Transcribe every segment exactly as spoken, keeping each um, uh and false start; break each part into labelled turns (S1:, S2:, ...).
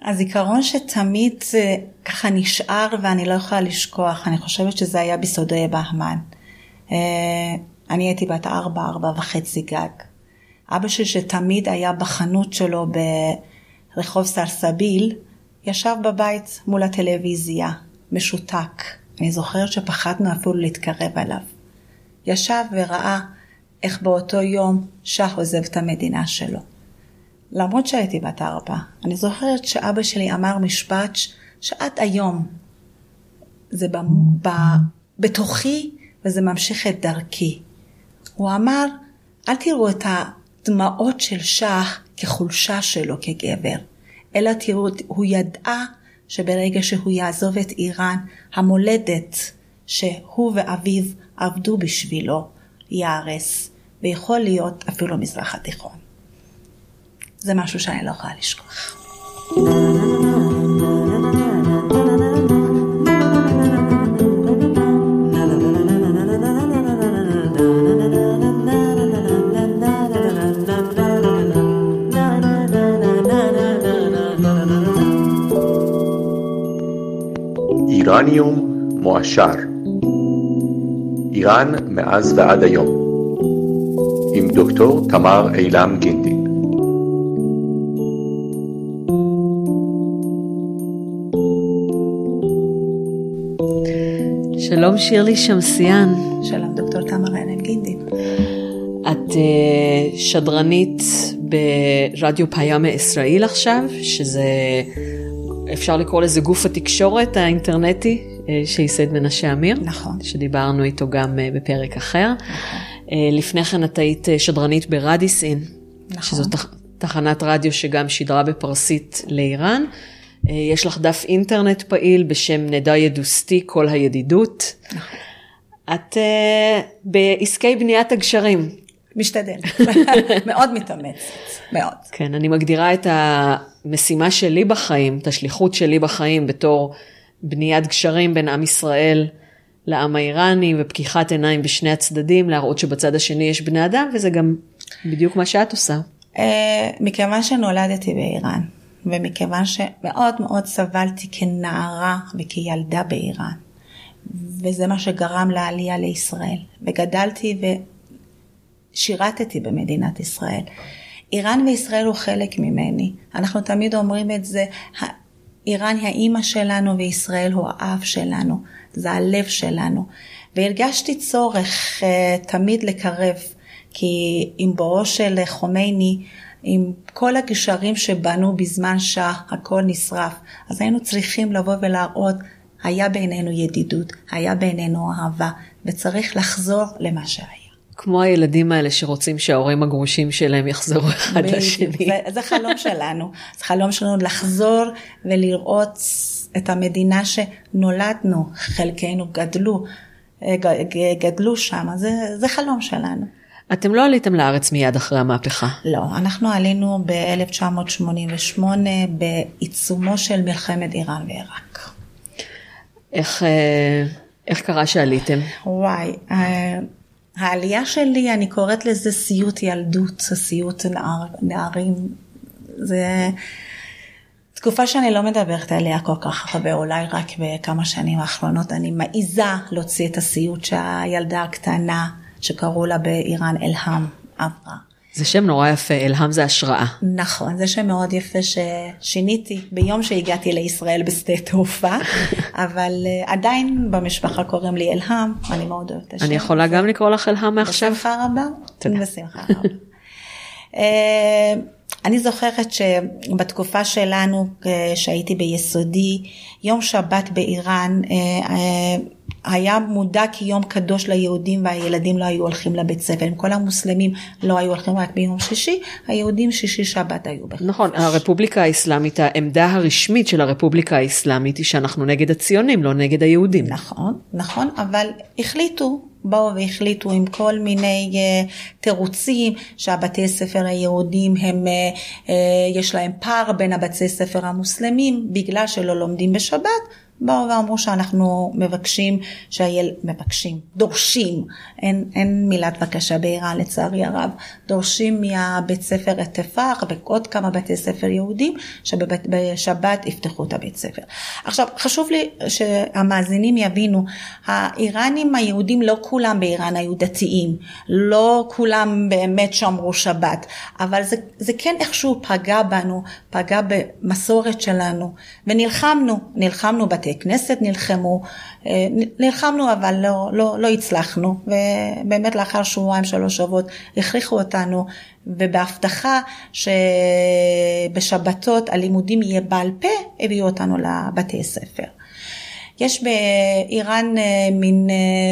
S1: הזיכרון שתמיד ככה נשאר ואני לא יכולה לשכוח, אני חושבת שזה היה בסעודיה בהמן. אני הייתי בת ארבע, ארבע וחצי גג. אבא שלי שתמיד היה בחנות שלו ברחוב סלסביל, ישב בבית מול הטלוויזיה, משותק. אני זוכרת שפחדנו אפילו להתקרב עליו. ישב וראה איך באותו יום שח עוזב את המדינה שלו. למרות שהייתי בת ארבע, אני זוכרת שאבא שלי אמר משפט שעד היום זה ב, ב, בתוכי וזה ממשיך את דרכי. הוא אמר, אל תראו את הדמעות של שח כחולשה שלו כגבר, אלא תראו, הוא ידע שברגע שהוא יעזוב את איראן, המולדת שהוא ואביו עבדו בשבילו יערס, ויכול להיות אפילו מזרח התיכון. זה משהו שאני לא יכולה לשכוח.
S2: איראניום מועשר, איראן מאז ועד היום, עם דוקטור תמר אילם גינדין.
S3: שלום שירלי שמסיאן.
S1: שלום דוקטור תמר אילם גינדין.
S3: את uh, שדרנית ברדיו פיימה ישראל עכשיו, שזה אפשר לקרוא לזה גוף התקשורת האינטרנטי שייסד מנשה אמיר.
S1: נכון.
S3: שדיברנו איתו גם בפרק אחר. נכון. לפני כן את היית שדרנית ברדיסין. נכון. שזו תחנת רדיו שגם שידרה בפרסית לאיראן. יש לך דף אינטרנט פעיל בשם נדע ידוסתי כל הידידות. נכון. את uh, בעסקי בניית הגשרים.
S1: משתדל. מאוד מתאמצת. מאוד.
S3: כן, אני מגדירה את המשימה שלי בחיים, את השליחות שלי בחיים, בתור בניית גשרים בין עם ישראל לעם האיראני, ופקיחת עיניים בשני הצדדים, להראות שבצד השני יש בני אדם, וזה גם בדיוק מה שאת עושה.
S1: מכיוון שנולדתי באיראן, ומכיוון שמאוד מאוד סבלתי כנערה וכילדה באיראן, וזה מה שגרם לעלייה לישראל, וגדלתי ושירתתי במדינת ישראל. איראן וישראל הוא חלק ממני. אנחנו תמיד אומרים את זה, איראן היא האמא שלנו וישראל הוא האב שלנו, זה הלב שלנו. והרגשתי צורך uh, תמיד לקרב, כי עם בואו של חומייני, עם כל הגשרים שבנו בזמן שעה, הכל נשרף. אז היינו צריכים לבוא ולהראות, היה בינינו ידידות, היה בינינו אהבה, וצריך לחזור למה שהיה.
S3: כמו הילדים האלה שרוצים שההורים הגרושים שלהם יחזרו אחד לשני.
S1: זה, זה חלום שלנו. זה חלום שלנו לחזור ולראות את המדינה שנולדנו, חלקנו גדלו, גדלו שם. זה, זה חלום שלנו.
S3: אתם לא עליתם לארץ מיד אחרי המהפכה?
S1: לא, אנחנו עלינו ב-אלף תשע מאות שמונים ושמונה בעיצומו של מלחמת איראן ועיראק.
S3: איך, איך קרה שעליתם?
S1: וואי, העלייה שלי, אני קוראת לזה סיוט ילדות, סיוט נער, נערים. זה תקופה שאני לא מדברת עליה כל כך הרבה, אולי רק בכמה שנים האחרונות. אני מעיזה להוציא את הסיוט שהילדה הקטנה, שקראו לה באיראן אלהם, עברה.
S3: זה שם נורא יפה, אלהם זה השראה.
S1: נכון, זה שם מאוד יפה ששיניתי ביום שהגעתי לישראל בשדה תעופה, אבל עדיין במשפחה קוראים לי אלהם, אני מאוד אוהבת את השם.
S3: אני יכולה גם לקרוא לך אלהם מעכשיו?
S1: בשמחה רבה. תודה. בשמחה רבה. אני זוכרת שבתקופה שלנו, שהייתי ביסודי, יום שבת באיראן, היה מודע כיום קדוש ליהודים, והילדים לא היו הולכים לבית ספר. עם כל המוסלמים לא היו הולכים רק ביום שישי, היהודים שישי שבת היו בחופש.
S3: נכון, הרפובליקה האסלאמית, העמדה הרשמית של הרפובליקה האסלאמית היא שאנחנו נגד הציונים, לא נגד היהודים.
S1: נכון, נכון, אבל החליטו, באו והחליטו עם כל מיני uh, תירוצים, שהבתי ספר היהודים הם, uh, uh, יש להם פער בין הבתי ספר המוסלמים, בגלל שלא לומדים בשבת, באו ואמרו שאנחנו מבקשים, שהיל... מבקשים, דורשים, אין, אין מילת בקשה באיראן לצערי הרב, דורשים מהבית ספר התפח ועוד כמה בתי ספר יהודים, שבשבת יפתחו את הבית ספר. עכשיו, חשוב לי שהמאזינים יבינו, האיראנים היהודים לא כולם באיראן היו דתיים, לא כולם באמת שמרו שבת, אבל זה, זה כן איכשהו פגע בנו, פגע במסורת שלנו, ונלחמנו, נלחמנו בתי כנסת, נלחמו, נלחמנו אבל לא, לא, לא הצלחנו, ובאמת לאחר שבועיים שלוש שבועות הכריחו אותנו, ובהבטחה שבשבתות הלימודים יהיה בעל פה, הביאו אותנו לבתי ספר. יש באיראן מין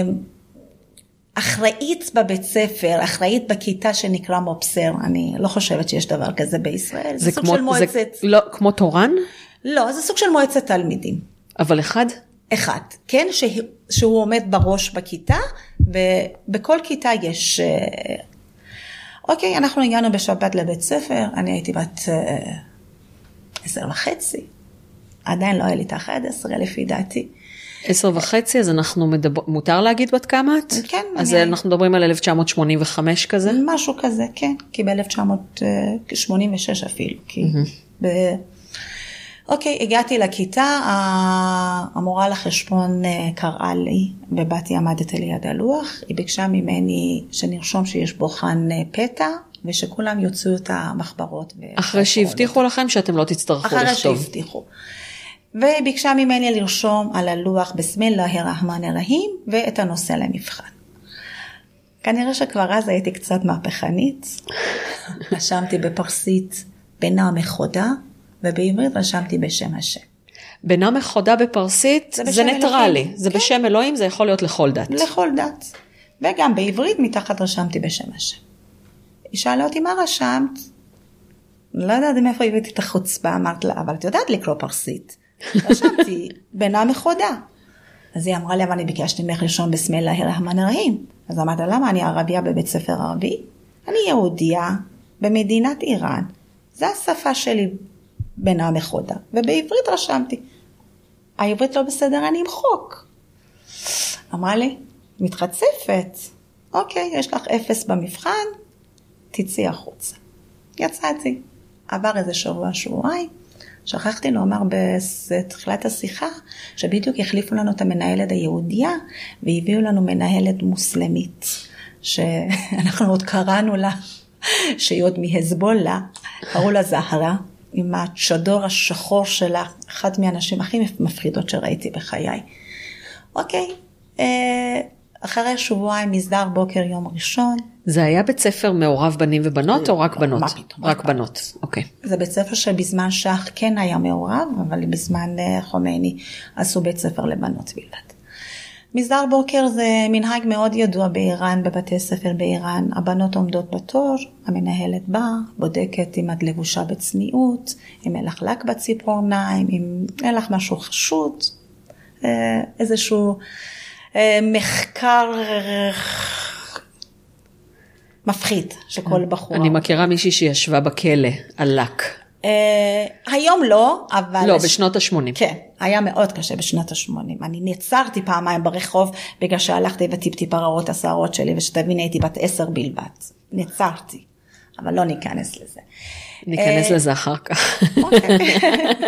S1: אחראית בבית ספר, אחראית בכיתה שנקרא מובסר, אני לא חושבת שיש דבר כזה בישראל, זה, זה סוג כמו, של מועצת. זה
S3: לא, כמו תורן?
S1: לא, זה סוג של מועצת תלמידים.
S3: אבל אחד?
S1: אחד, כן, שהוא, שהוא עומד בראש בכיתה, ובכל כיתה יש... אוקיי, אנחנו הגענו בשבת לבית ספר, אני הייתי בת עשר וחצי, עדיין לא היה לי את האחד עשרה לפי דעתי.
S3: עשר וחצי, אז אנחנו מדבר, מותר להגיד בת כמה את?
S1: כן.
S3: אז אני... אנחנו מדברים על אלף תשע מאות שמונים וחמש כזה?
S1: משהו כזה, כן, כי ב-אלף תשע מאות שמונים ושש אפילו, כי mm-hmm. ב... אוקיי, הגעתי לכיתה, המורה לחשבון קראה לי, ובאתי עמדת ליד הלוח, היא ביקשה ממני שנרשום שיש בוחן פתע, ושכולם יוצאו את המחברות.
S3: אחרי שהבטיחו לכם שאתם לא תצטרכו לכתוב.
S1: אחרי שהבטיחו. והיא ביקשה ממני לרשום על הלוח בסמילה הרחמן הרהים, ואת הנושא למבחן. כנראה שכבר אז הייתי קצת מהפכנית, רשמתי בפרסית בינה מחודה, ובעברית רשמתי בשם השם.
S3: בינה מחודה בפרסית זה, זה ניטרלי, אלוהים. זה כן. בשם אלוהים, זה יכול להיות לכל דת.
S1: לכל דת. וגם בעברית מתחת רשמתי בשם השם. היא שאלה אותי מה רשמת? לא יודעת מאיפה הבאתי את החוצפה, אמרת לה, אבל את יודעת לקרוא פרסית. רשמתי בינה מחודה. אז היא אמרה לי, אבל אני ביקשתי ממך לשון בסמילה הרחמן הרהים. אז אמרת, למה אני ערבייה בבית ספר ערבי? אני יהודיה במדינת איראן. זה השפה שלי. בינה מחודה, ובעברית רשמתי. העברית לא בסדר, אני אמחוק. אמרה לי, מתחצפת. אוקיי, יש לך אפס במבחן, תצאי החוצה. יצאתי. עבר איזה שבוע, שבועיים. שכחתי לומר בתחילת השיחה, שבדיוק החליפו לנו את המנהלת היהודיה, והביאו לנו מנהלת מוסלמית, שאנחנו עוד קראנו לה, שהיא עוד מהזבולה, קראו לה זהרה, עם הצ'דור השחור שלה, אחת מהאנשים הכי מפחידות שראיתי בחיי. אוקיי, אחרי שבועיים מסדר בוקר יום ראשון.
S3: זה היה בית ספר מעורב בנים ובנות או רק בנות?
S1: מה פתאום?
S3: רק בנות, אוקיי.
S1: זה בית ספר שבזמן שח כן היה מעורב, אבל בזמן חומייני עשו בית ספר לבנות בלבד. מסדר בוקר זה מנהג מאוד ידוע באיראן, בבתי ספר באיראן. הבנות עומדות בתור, המנהלת באה, בודקת אם את לבושה בצניעות, אם אין לך לק בציפורניים, אם אין לך משהו חשוד, איזשהו מחקר מפחיד שכל בחורה.
S3: אני מכירה מישהי שישבה בכלא על לק.
S1: היום לא, אבל...
S3: לא, בשנות ה-שמונים.
S1: כן, היה מאוד קשה בשנות ה-שמונים. אני נעצרתי פעמיים ברחוב, בגלל שהלכתי וטיפתי פרעות השערות שלי, ושתבין הייתי בת עשר בלבד. נעצרתי, אבל לא ניכנס לזה.
S3: ניכנס לזה אחר כך.
S1: אוקיי.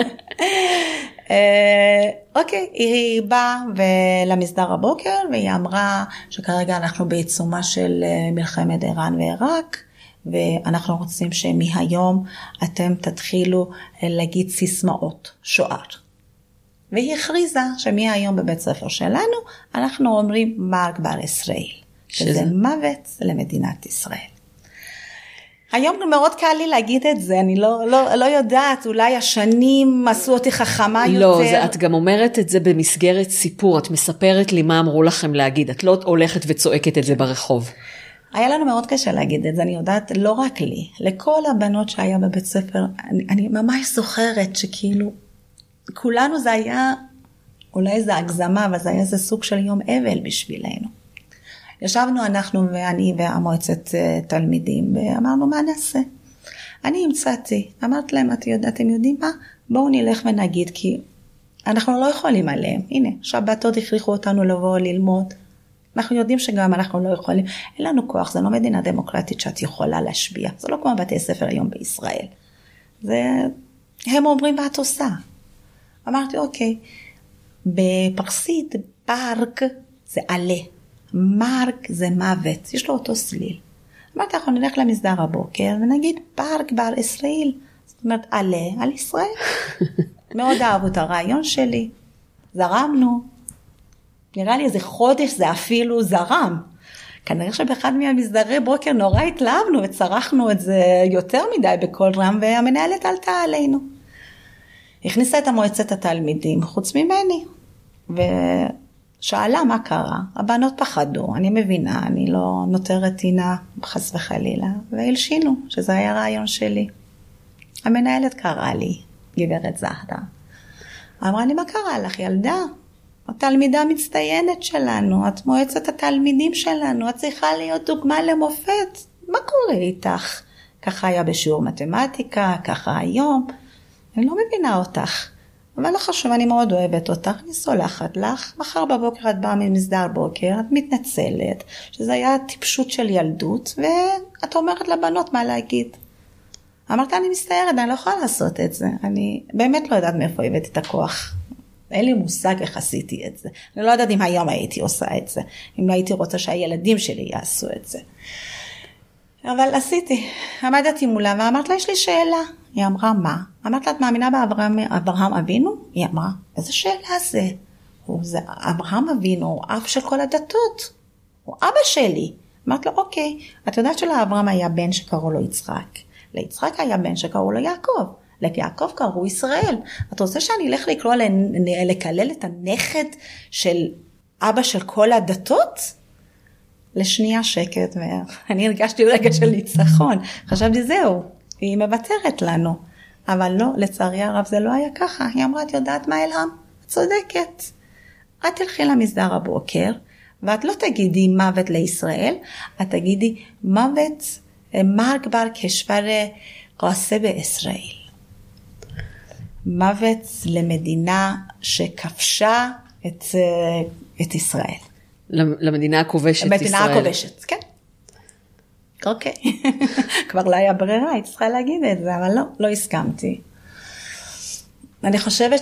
S1: אוקיי, היא באה למסדר הבוקר, והיא אמרה שכרגע אנחנו בעיצומה של מלחמת איראן ועיראק, ואנחנו רוצים שמהיום אתם תתחילו להגיד סיסמאות שוער. והיא הכריזה שמהיום בבית ספר שלנו אנחנו אומרים מרג בר ישראל, שזה, שזה מוות למדינת ישראל. היום מאוד קל לי להגיד את זה, אני לא, לא, לא יודעת, אולי השנים עשו אותי חכמה יותר.
S3: לא, זה, את גם אומרת את זה במסגרת סיפור, את מספרת לי מה אמרו לכם להגיד, את לא הולכת וצועקת את זה ברחוב.
S1: היה לנו מאוד קשה להגיד את זה, אני יודעת, לא רק לי, לכל הבנות שהיה בבית ספר, אני, אני ממש זוכרת שכאילו, כולנו זה היה, אולי זה הגזמה, אבל זה היה איזה סוג של יום אבל בשבילנו. ישבנו אנחנו ואני והמועצת תלמידים, ואמרנו מה נעשה? אני המצאתי, אמרת להם, את יודעת, אתם יודעים מה? בואו נלך ונגיד, כי אנחנו לא יכולים עליהם. הנה, שבתות הכריחו אותנו לבוא ללמוד. אנחנו יודעים שגם אנחנו לא יכולים. אין לנו כוח, זה לא מדינה דמוקרטית שאת יכולה להשביע. זה לא כמו בתי ספר היום בישראל. זה, הם אומרים ואת עושה. אמרתי, אוקיי, בפרסית, פארק זה עלה. מרק זה מוות. יש לו אותו סליל. אמרתי, אנחנו נלך למסדר הבוקר ונגיד פארק בר ישראל. זאת אומרת, עלה על ישראל. מאוד אהבו את הרעיון שלי. זרמנו. נראה לי איזה חודש זה אפילו זרם. כנראה שבאחד מהמסדרי בוקר נורא התלהבנו וצרחנו את זה יותר מדי בכל רם, והמנהלת עלתה עלינו. הכניסה את המועצת התלמידים, חוץ ממני. ושאלה מה קרה. הבנות פחדו, אני מבינה, אני לא נותרת עינה חס וחלילה. והלשינו, שזה היה רעיון שלי. המנהלת קראה לי, גברת זהדה. אמרה לי, מה קרה לך, ילדה? התלמידה מצטיינת שלנו, את מועצת התלמידים שלנו, את צריכה להיות דוגמה למופת. מה קורה איתך? ככה היה בשיעור מתמטיקה, ככה היום. אני לא מבינה אותך. אבל לא חשוב, אני מאוד אוהבת אותך, אני סולחת לך. מחר בבוקר את באה ממסדר בוקר, את מתנצלת, שזה היה טיפשות של ילדות, ואת אומרת לבנות מה להגיד. אמרת, אני מסתערת, אני לא יכולה לעשות את זה. אני באמת לא יודעת מאיפה הבאתי את הכוח. אין לי מושג איך עשיתי את זה. אני לא יודעת אם היום הייתי עושה את זה. אם לא הייתי רוצה שהילדים שלי יעשו את זה. אבל עשיתי. עמדתי מולה ואמרת לה, יש לי שאלה. היא אמרה, מה? אמרת לה, את מאמינה באברהם אברהם אבינו? היא אמרה, איזה שאלה זה? הוא זה אברהם אבינו, הוא אב של כל הדתות. הוא אבא שלי. אמרת לו, אוקיי. את יודעת שלאברהם היה בן שקראו לו יצחק. ליצחק היה בן שקראו לו יעקב. ליעקב קראו ישראל. את רוצה שאני אלך לקרוא לקלל את הנכד של אבא של כל הדתות? לשנייה שקט, ואני הרגשתי רגע של ניצחון. חשבתי זהו, היא מבטרת לנו. אבל לא, לצערי הרב זה לא היה ככה. היא אמרה, את יודעת מה אלהם? את צודקת. את תלכי למסדר הבוקר, ואת לא תגידי מוות לישראל, את תגידי מוות מרק בר כשבר רעשה בישראל. מוות למדינה שכבשה את, את ישראל.
S3: למדינה הכובשת ישראל.
S1: למדינה הכובשת, כן. אוקיי. כבר לא היה ברירה, הייתי צריכה להגיד את זה, אבל לא, לא הסכמתי. אני חושבת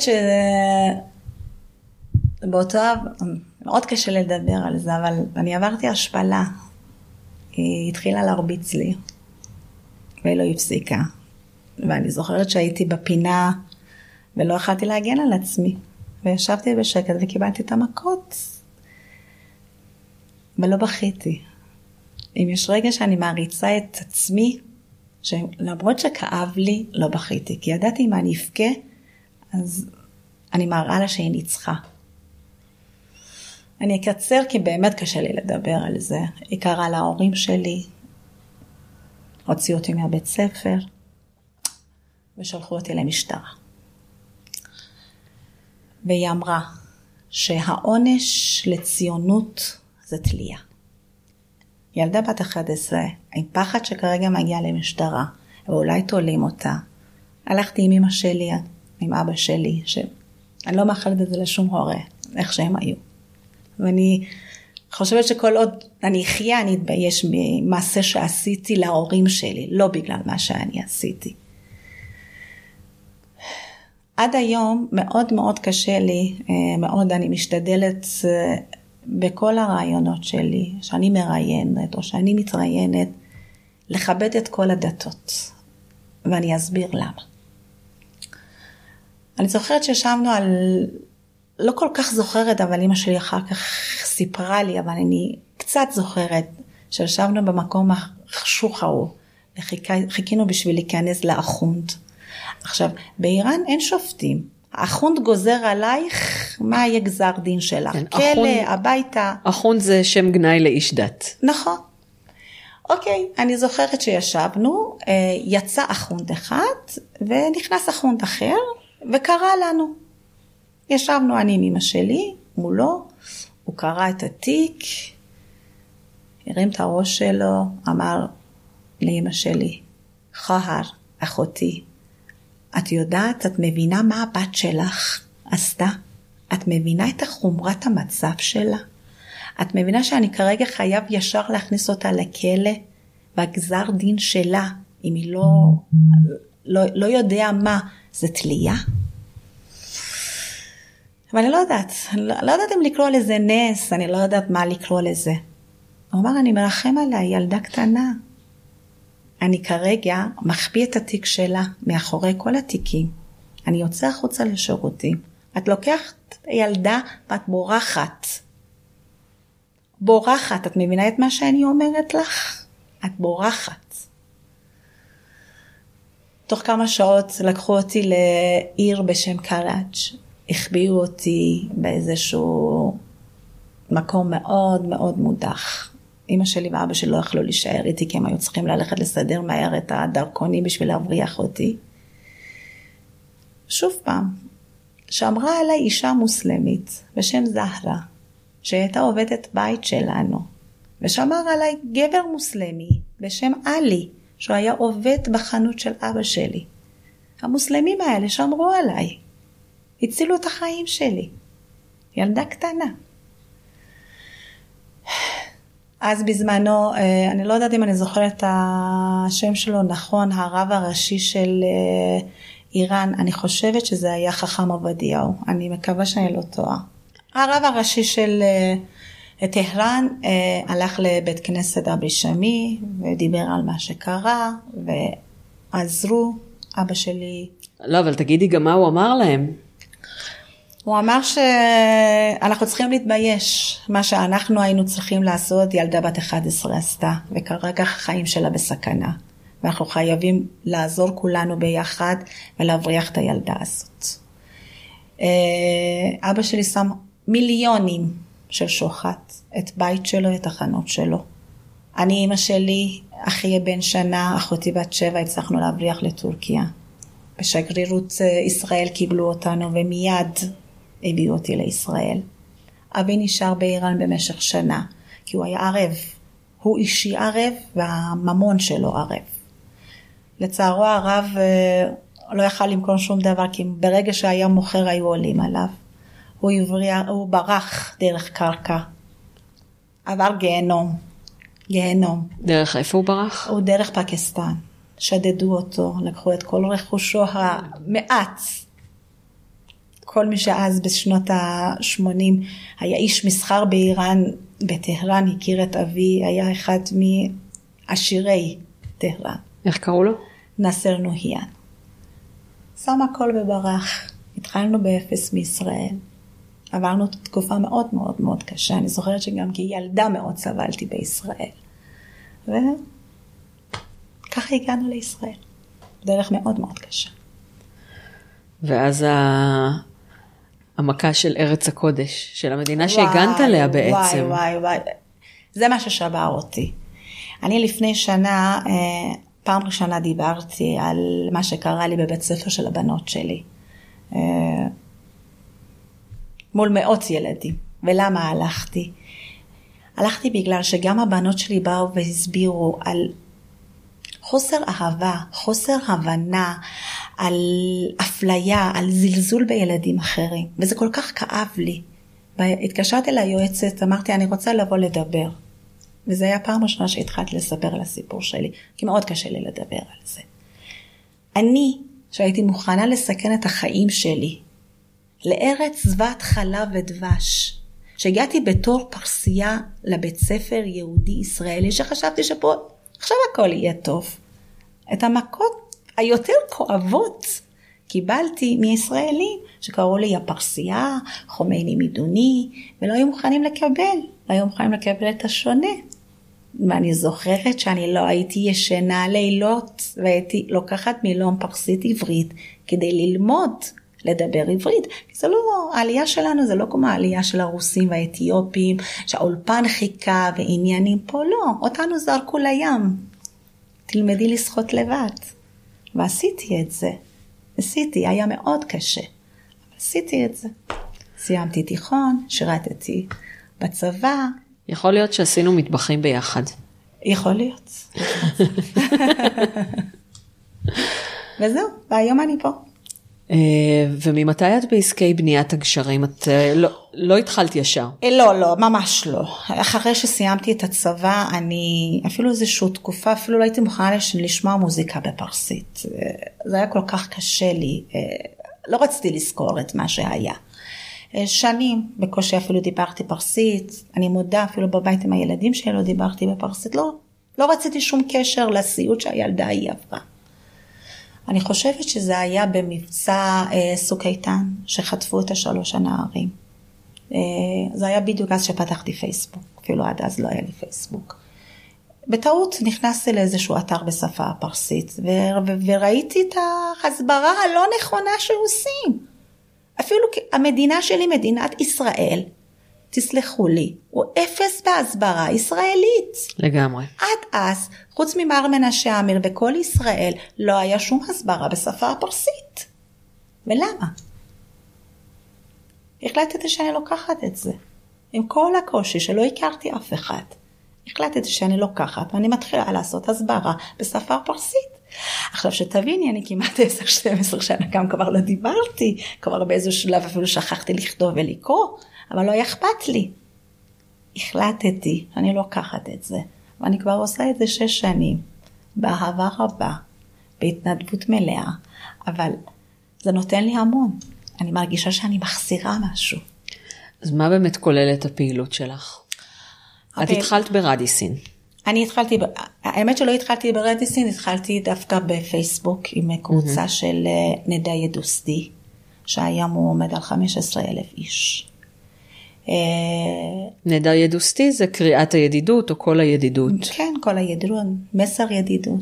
S1: שבאותו, מאוד קשה לדבר על זה, אבל אני עברתי השפלה. היא התחילה להרביץ לי, והיא לא הפסיקה. ואני זוכרת שהייתי בפינה, ולא יכלתי להגן על עצמי. וישבתי בשקט וקיבלתי את המכות. ולא בכיתי. אם יש רגע שאני מעריצה את עצמי, שלמרות שכאב לי, לא בכיתי. כי ידעתי אם אני אבכה, אז אני מראה לה שהיא ניצחה. אני אקצר כי באמת קשה לי לדבר על זה. היא קראה להורים שלי, הוציאו אותי מהבית ספר, ושלחו אותי למשטרה. והיא אמרה שהעונש לציונות זה תלייה. ילדה בת אחת עשרה, עם פחד שכרגע מגיעה למשטרה, ואולי תולים אותה. הלכתי עם אמא שלי, עם אבא שלי, שאני לא מאחלת את זה לשום הורה, איך שהם היו. ואני חושבת שכל עוד אני אחיה, אני אתבייש ממעשה שעשיתי להורים שלי, לא בגלל מה שאני עשיתי. עד היום מאוד מאוד קשה לי, מאוד אני משתדלת בכל הרעיונות שלי, שאני מראיינת או שאני מתראיינת, לכבד את כל הדתות. ואני אסביר למה. אני זוכרת שישבנו על, לא כל כך זוכרת, אבל אמא שלי אחר כך סיפרה לי, אבל אני קצת זוכרת, שישבנו במקום החשוך ההוא, וחיכינו בשביל להיכנס לאחונד. עכשיו, באיראן אין שופטים. האחונד גוזר עלייך, מה יהיה גזר דין שלך? כן, כלא, אחונד, הביתה.
S3: אחונד זה שם גנאי לאיש דת.
S1: נכון. אוקיי, אני זוכרת שישבנו, יצא אחונד אחד, ונכנס אחונד אחר, וקרא לנו. ישבנו אני עם אמא שלי, מולו, הוא קרא את התיק, הרים את הראש שלו, אמר לאמא שלי, חהר, אחותי, את יודעת, את מבינה מה הבת שלך עשתה? את מבינה את חומרת המצב שלה? את מבינה שאני כרגע חייב ישר להכניס אותה לכלא, בגזר דין שלה, אם היא לא, לא, לא יודע מה, זה תלייה? אבל אני לא יודעת, אני לא, לא יודעת אם לקרוא לזה נס, אני לא יודעת מה לקרוא לזה. הוא אמר, אני מרחם עליי, ילדה קטנה. אני כרגע מחביא את התיק שלה מאחורי כל התיקים. אני יוצא החוצה לשירותים. את לוקחת ילדה ואת בורחת. בורחת, את מבינה את מה שאני אומרת לך? את בורחת. תוך כמה שעות לקחו אותי לעיר בשם קראץ'. החביאו אותי באיזשהו מקום מאוד מאוד מודח. אמא שלי ואבא שלי לא יכלו להישאר איתי, כי הם היו צריכים ללכת לסדר מהר את הדרכונים בשביל להבריח אותי. שוב פעם, שאמרה עליי אישה מוסלמית בשם זהרה, שהייתה עובדת בית שלנו, ושמר עליי גבר מוסלמי בשם עלי, שהוא היה עובד בחנות של אבא שלי. המוסלמים האלה שמרו עליי, הצילו את החיים שלי. ילדה קטנה. אז בזמנו, אני לא יודעת אם אני זוכרת את השם שלו נכון, הרב הראשי של איראן, אני חושבת שזה היה חכם עובדיהו, אני מקווה שאני לא טועה. הרב הראשי של טהרן הלך לבית כנסת אבי שמי, ודיבר על מה שקרה, ועזרו, אבא שלי.
S3: לא, אבל תגידי גם מה הוא אמר להם.
S1: הוא אמר שאנחנו צריכים להתבייש, מה שאנחנו היינו צריכים לעשות, ילדה בת אחת עשרה עשתה, וכרגע החיים שלה בסכנה. ואנחנו חייבים לעזור כולנו ביחד, ולהבריח את הילדה הזאת. אבא שלי שם מיליונים של שוחט, את בית שלו, את החנות שלו. אני, אמא שלי, אחי בן שנה, אחותי בת שבע, הצלחנו להבריח לטורקיה. בשגרירות ישראל קיבלו אותנו, ומיד הביאו אותי לישראל. אבי נשאר באיראן במשך שנה, כי הוא היה ערב. הוא אישי ערב, והממון שלו ערב. לצערו הרב לא יכל למכור שום דבר, כי ברגע שהיה מוכר היו עולים עליו. הוא, הבריח, הוא ברח דרך קרקע. עבר גיהנום. גיהנום.
S3: דרך איפה הוא ברח?
S1: הוא דרך פקיסטן. שדדו אותו, לקחו את כל רכושו המעט. כל מי שאז בשנות ה-שמונים היה איש מסחר באיראן, בטהרן, הכיר את אבי, היה אחד מעשירי טהרן.
S3: איך קראו לו?
S1: נסר נוהיאן. שם הכל וברח. התחלנו באפס מישראל. עברנו תקופה מאוד מאוד מאוד קשה. אני זוכרת שגם כילדה מאוד סבלתי בישראל. וככה הגענו לישראל. דרך מאוד מאוד קשה.
S3: ואז ה... המכה של ארץ הקודש, של המדינה שהגנת עליה בעצם.
S1: וואי, וואי, וואי. זה מה ששבר אותי. אני לפני שנה, פעם ראשונה דיברתי על מה שקרה לי בבית ספר של הבנות שלי. מול מאות ילדים. ולמה הלכתי? הלכתי בגלל שגם הבנות שלי באו והסבירו על חוסר אהבה, חוסר הבנה, על אפליה, על זלזול בילדים אחרים. וזה כל כך כאב לי. התקשרתי ליועצת, אמרתי, אני רוצה לבוא לדבר. וזה היה פעם ראשונה שהתחלתי לספר על הסיפור שלי, כי מאוד קשה לי לדבר על זה. אני, שהייתי מוכנה לסכן את החיים שלי, לארץ זבת חלב ודבש, שהגעתי בתור פרסייה לבית ספר יהודי ישראלי, שחשבתי שפה עכשיו הכל יהיה טוב. את המכות היותר כואבות קיבלתי מישראלים שקראו לי הפרסייה, חומייני מידוני, ולא היו מוכנים לקבל, לא היו מוכנים לקבל את השונה. ואני זוכרת שאני לא הייתי ישנה לילות, והייתי לוקחת מילון פרסית עברית כדי ללמוד לדבר עברית. כי זה לא, העלייה שלנו זה לא כמו העלייה של הרוסים והאתיופים, שהאולפן חיכה ועניינים פה, לא, אותנו זרקו לים. תלמדי לשחות לבד. ועשיתי את זה. עשיתי, היה מאוד קשה. אבל עשיתי את זה. סיימתי תיכון, שירתתי בצבא.
S3: יכול להיות שעשינו מטבחים ביחד.
S1: יכול להיות. וזהו, והיום אני פה.
S3: וממתי את בעסקי בניית הגשרים? את לא, לא התחלת ישר?
S1: לא, לא, ממש לא. אחרי שסיימתי את הצבא, אני אפילו איזושהי תקופה, אפילו לא הייתי מוכנה לשמוע מוזיקה בפרסית. זה היה כל כך קשה לי. לא רציתי לזכור את מה שהיה. שנים, בקושי אפילו דיברתי פרסית. אני מודה, אפילו בבית עם הילדים שלי לא דיברתי בפרסית. לא, לא רציתי שום קשר לסיוט שהילדה היא עברה. אני חושבת שזה היה במבצע אה, סוק איתן, שחטפו את השלוש הנערים. אה, זה היה בדיוק אז שפתחתי פייסבוק, אפילו עד אז לא היה לי פייסבוק. בטעות נכנסתי לאיזשהו אתר בשפה הפרסית, ו- ו- וראיתי את ההסברה הלא נכונה שעושים. אפילו המדינה שלי, מדינת ישראל, תסלחו לי, הוא אפס בהסברה ישראלית.
S3: לגמרי.
S1: עד אז, חוץ ממר מנשה אמיר וכל ישראל, לא היה שום הסברה בשפה הפרסית. ולמה? החלטתי שאני לוקחת את זה. עם כל הקושי שלא הכרתי אף אחד. החלטתי שאני לוקחת, ואני מתחילה לעשות הסברה בשפה הפרסית. עכשיו שתביני, אני כמעט עשר שתים עשרה שנה גם כבר לא דיברתי, כבר באיזו שלב אפילו שכחתי לכתוב ולקרוא, אבל לא היה אכפת לי. החלטתי, אני לוקחת את זה, ואני כבר עושה את זה שש שנים, באהבה רבה, בהתנדבות מלאה, אבל זה נותן לי המון. אני מרגישה שאני מחסירה משהו.
S3: אז מה באמת כוללת הפעילות שלך? את התחלת ברדיסין.
S1: אני התחלתי, האמת שלא התחלתי ברדיסין, התחלתי דווקא בפייסבוק עם קבוצה של נדע ידוסטי, שהיום הוא עומד על חמישה עשר אלף איש.
S3: נדע ידוסטי זה קריאת הידידות או כל הידידות?
S1: כן, כל הידידות, מסר ידידות.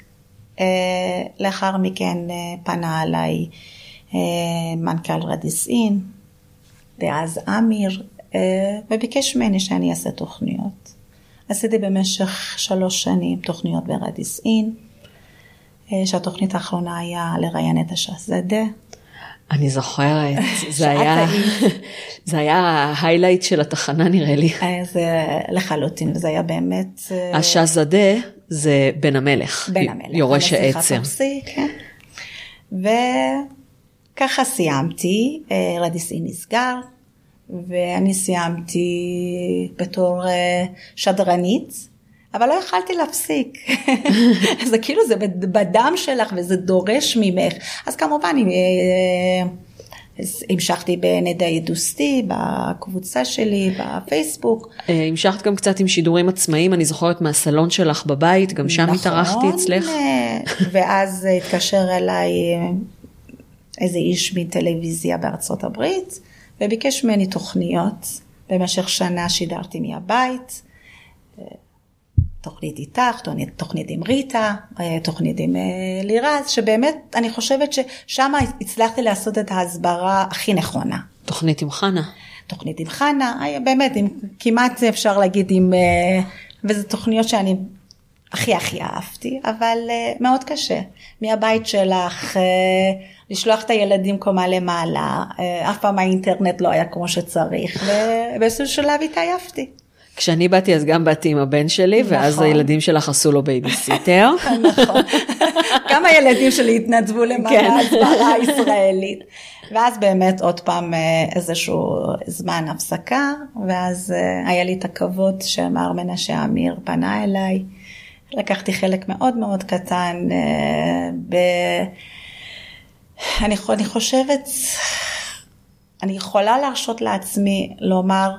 S1: לאחר מכן פנה עליי מנכ"ל רדיסין, דאז אמיר, וביקש ממני שאני אעשה תוכניות. עשיתי במשך שלוש שנים תוכניות ברדיסין, שהתוכנית האחרונה היה לראיין את השחזדה. אני
S3: זוכרת, זה היה, זה היה ההיילייט של התחנה נראה לי.
S1: זה לחלוטין, וזה היה באמת...
S3: השחזדה זה בן המלך,
S1: בן המלך.
S3: יורש העצר.
S1: כן. וככה סיימתי, רדיסין נסגר, ואני סיימתי בתור שדרנית, אבל לא יכלתי להפסיק. זה כאילו זה בדם שלך וזה דורש ממך. אז כמובן המשכתי בנדע ידוסטי, בקבוצה שלי, בפייסבוק.
S3: המשכת גם קצת עם שידורים עצמאיים, אני זוכרת מהסלון שלך בבית, גם שם התארחתי אצלך.
S1: ואז התקשר אליי איזה איש מטלוויזיה בארצות הברית, וביקש ממני תוכניות. במשך שנה שידרתי מהבית, תוכנית איתך, תוכנית, תוכנית עם ריטה, תוכנית עם לירז, שבאמת אני חושבת ששם הצלחתי לעשות את ההסברה הכי נכונה.
S3: תוכנית עם חנה.
S1: תוכנית עם חנה, באמת, עם, כמעט אפשר להגיד עם, וזה תוכניות שאני הכי הכי אהבתי, אבל מאוד קשה. מהבית שלך, לשלוח את הילדים קומה למעלה, אף פעם האינטרנט לא היה כמו שצריך, ובאיזשהו שלב התעייפתי.
S3: כשאני באתי, אז גם באתי עם הבן שלי, ואז הילדים שלך עשו לו בייביסיטר.
S1: נכון. גם הילדים שלי התנדבו למעלה ההסברה הישראלית. ואז באמת עוד פעם איזשהו זמן הפסקה, ואז היה לי את הכבוד שמר מנשה אמיר פנה אליי. לקחתי חלק מאוד מאוד קטן ב... אני, אני חושבת, אני יכולה להרשות לעצמי לומר,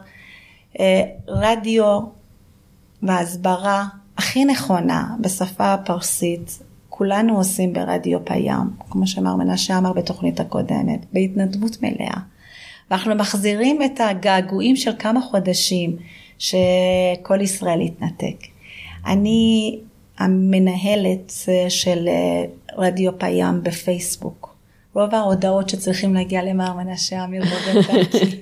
S1: רדיו והסברה הכי נכונה בשפה הפרסית, כולנו עושים ברדיו פיים, כמו שמר מנשה אמר בתוכנית הקודמת, בהתנדבות מלאה. ואנחנו מחזירים את הגעגועים של כמה חודשים שכל ישראל התנתק. אני המנהלת של רדיו פיים בפייסבוק. רוב ההודעות שצריכים להגיע למר מנשה אמיר בודן דרכי.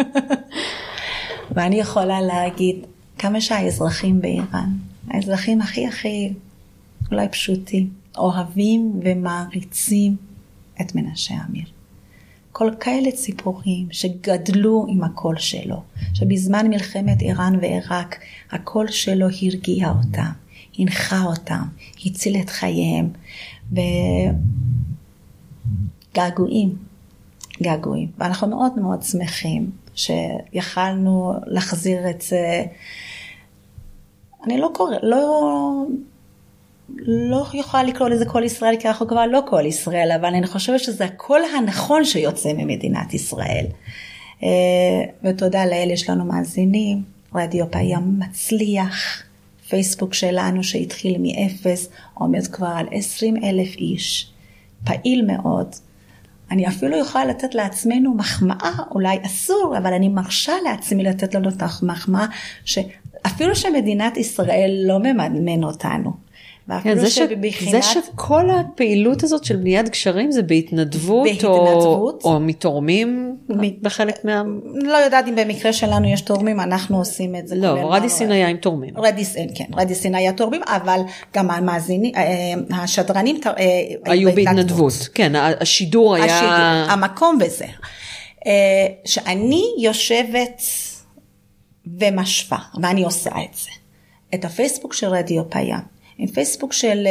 S1: ואני יכולה להגיד כמה שהאזרחים באיראן, האזרחים הכי הכי אולי פשוטים, אוהבים ומעריצים את מנשה אמיר. כל כאלה ציפורים שגדלו עם הקול שלו, שבזמן מלחמת איראן ועיראק, הקול שלו הרגיע אותם, הנחה אותם, הציל את חייהם, וגם געגועים, געגועים. ואנחנו מאוד מאוד שמחים שיכלנו להחזיר את זה. אני לא קורא, לא, לא יכולה לקרוא לזה כל ישראל, כי אנחנו כבר לא כל ישראל, אבל אני חושבת שזה הכל הנכון שיוצא ממדינת ישראל. ותודה לאלה, יש לנו מאזינים, רדיו פיים מצליח, פייסבוק שלנו שהתחיל מאפס, עומד כבר על עשרים אלף איש, פעיל מאוד. אני אפילו יכולה לתת לעצמנו מחמאה, אולי אסור, אבל אני מרשה לעצמי לתת לנו את המחמאה, שאפילו שמדינת ישראל לא מממן אותנו,
S3: כן, זה, שבבחינת... זה שכל הפעילות הזאת של בניית גשרים זה בהתנדבות, בהתנדבות. או, או מתורמים מ... בחלק מה...
S1: לא יודעת אם במקרה שלנו יש תורמים, אנחנו עושים את זה.
S3: לא, רדיסין היה עם תורמים.
S1: רדיסין, כן, רדיסין היה תורמים, אבל גם המאזינים, השדרנים
S3: היו בהתנדבות, כן, השידור היה... השידור,
S1: המקום וזה. שאני יושבת ומשווה, ואני עושה את זה. את הפייסבוק של רדיו פיים. עם פייסבוק של,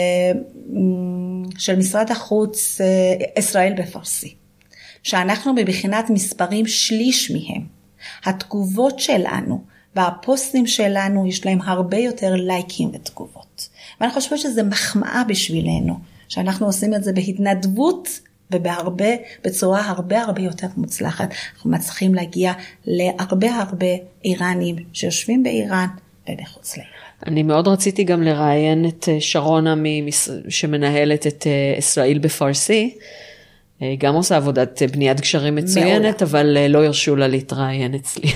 S1: של משרד החוץ ישראל בפרסי, שאנחנו בבחינת מספרים שליש מהם. התגובות שלנו והפוסטים שלנו יש להם הרבה יותר לייקים ותגובות. ואני חושבת שזה מחמאה בשבילנו, שאנחנו עושים את זה בהתנדבות ובהרבה, בצורה הרבה הרבה יותר מוצלחת. אנחנו מצליחים להגיע להרבה הרבה איראנים שיושבים באיראן ובחוץ לאיראן.
S3: אני מאוד רציתי גם לראיין את שרונה שמנהלת את ישראל בפרסי, היא גם עושה עבודת בניית גשרים מצוינת, אבל לא הרשו לה להתראיין אצלי.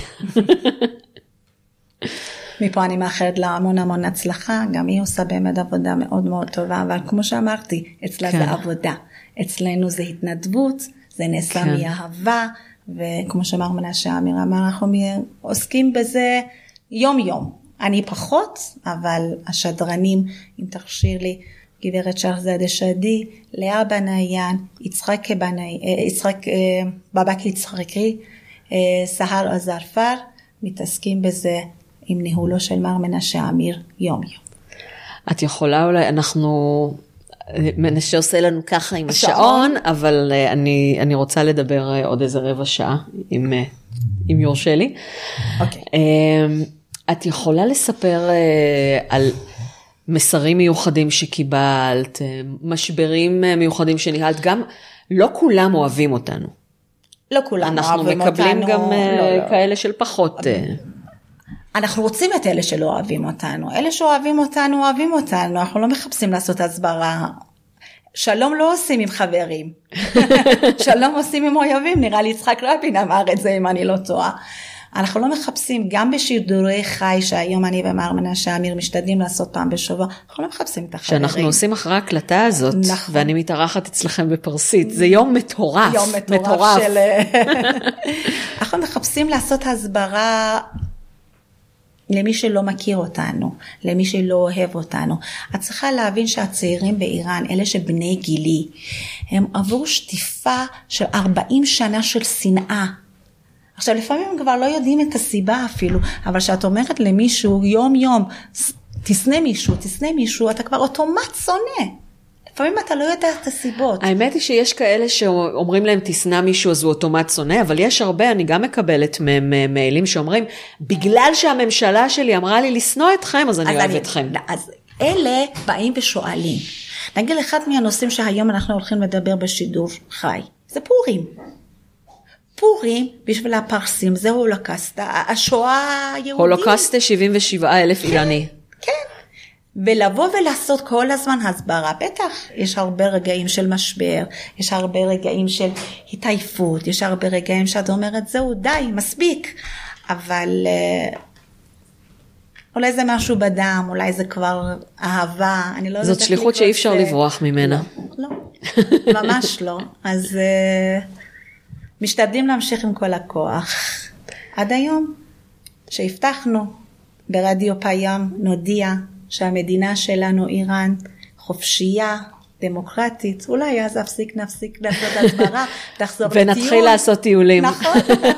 S1: מפה אני מאחלת לה המון המון הצלחה, גם היא עושה באמת עבודה מאוד מאוד טובה, אבל כמו שאמרתי, אצלה זה עבודה, אצלנו זה התנדבות, זה נעשה מאהבה, וכמו שאמר מנשה אמיר אמר, אנחנו עוסקים בזה יום יום. אני פחות, אבל השדרנים, אם תחשיר לי, גברת שחזדה שדי, לאה בניין, יצחק בני, יצחק, בבק יצחקי, סהר עזרפר, מתעסקים בזה עם ניהולו של מר מנשה אמיר יום יום.
S3: את יכולה אולי, אנחנו, מנשה עושה לנו ככה עם השעון, אבל אני, אני רוצה לדבר עוד איזה רבע שעה, אם, אם יורשה לי.
S1: אוקיי.
S3: את יכולה לספר uh, על מסרים מיוחדים שקיבלת, uh, משברים uh, מיוחדים שניהלת, גם לא כולם אוהבים אותנו.
S1: לא כולם אוהבים אותנו.
S3: אנחנו מקבלים גם uh, לא, לא. כאלה של פחות. Uh...
S1: אנחנו רוצים את אלה שלא אוהבים אותנו. אלה שאוהבים אותנו, אוהבים אותנו. אנחנו לא מחפשים לעשות הסברה. שלום לא עושים עם חברים. שלום עושים עם אויבים. נראה לי יצחק רבין אמר את זה אם אני לא טועה. אנחנו לא מחפשים, גם בשידורי חי, שהיום אני ומר מנשה אמיר משתדלים לעשות פעם בשבוע, אנחנו לא מחפשים את החברים.
S3: שאנחנו עושים אחרי ההקלטה הזאת, נכון. ואני מתארחת אצלכם בפרסית, זה יום מטורף.
S1: יום מטורף, מטורף. של... אנחנו מחפשים לעשות הסברה למי שלא מכיר אותנו, למי שלא אוהב אותנו. את צריכה להבין שהצעירים באיראן, אלה שבני גילי, הם עבור שטיפה של ארבעים שנה של שנאה, עכשיו, לפעמים הם כבר לא יודעים את הסיבה אפילו, אבל שאת אומרת למישהו יום יום, תסנה מישהו, תסנה מישהו, אתה כבר אוטומט שונא. לפעמים אתה לא יודע את הסיבות.
S3: האמת היא שיש כאלה שאומרים להם תסנה מישהו, אז הוא אוטומט שונא, אבל יש הרבה, אני גם מקבלת מיילים שאומרים, בגלל שהממשלה שלי אמרה לי לסנוע אתכם, אז אני אוהב אתכם.
S1: אז אלה באים ושואלים. נגיד אחד מהנושאים שהיום אנחנו הולכים לדבר בשידור חי, זה פורים. פורים בשביל הפרסים, זה הולוקסט, השואה היהודית.
S3: הולוקסט שבעים ושבעה אלף איראני.
S1: כן, ולבוא ולעשות כל הזמן הסברה, בטח יש הרבה רגעים של משבר, יש הרבה רגעים של התעייפות, יש הרבה רגעים שאת אומרת, זהו די, מספיק, אבל אולי זה משהו בדם, אולי זה כבר אהבה, אני לא יודעת.
S3: זאת שליחות שאי אפשר לברוח ממנה.
S1: לא, לא, ממש לא, אז... משתדלים להמשיך עם כל הכוח. עד היום שהבטחנו ברדיו פיים נודיע שהמדינה שלנו איראן חופשייה, דמוקרטית, אולי אז אפסיק נפסיק לעשות הסברה, תחזור לטיול.
S3: ונתחיל לעשות טיולים.
S1: נכון.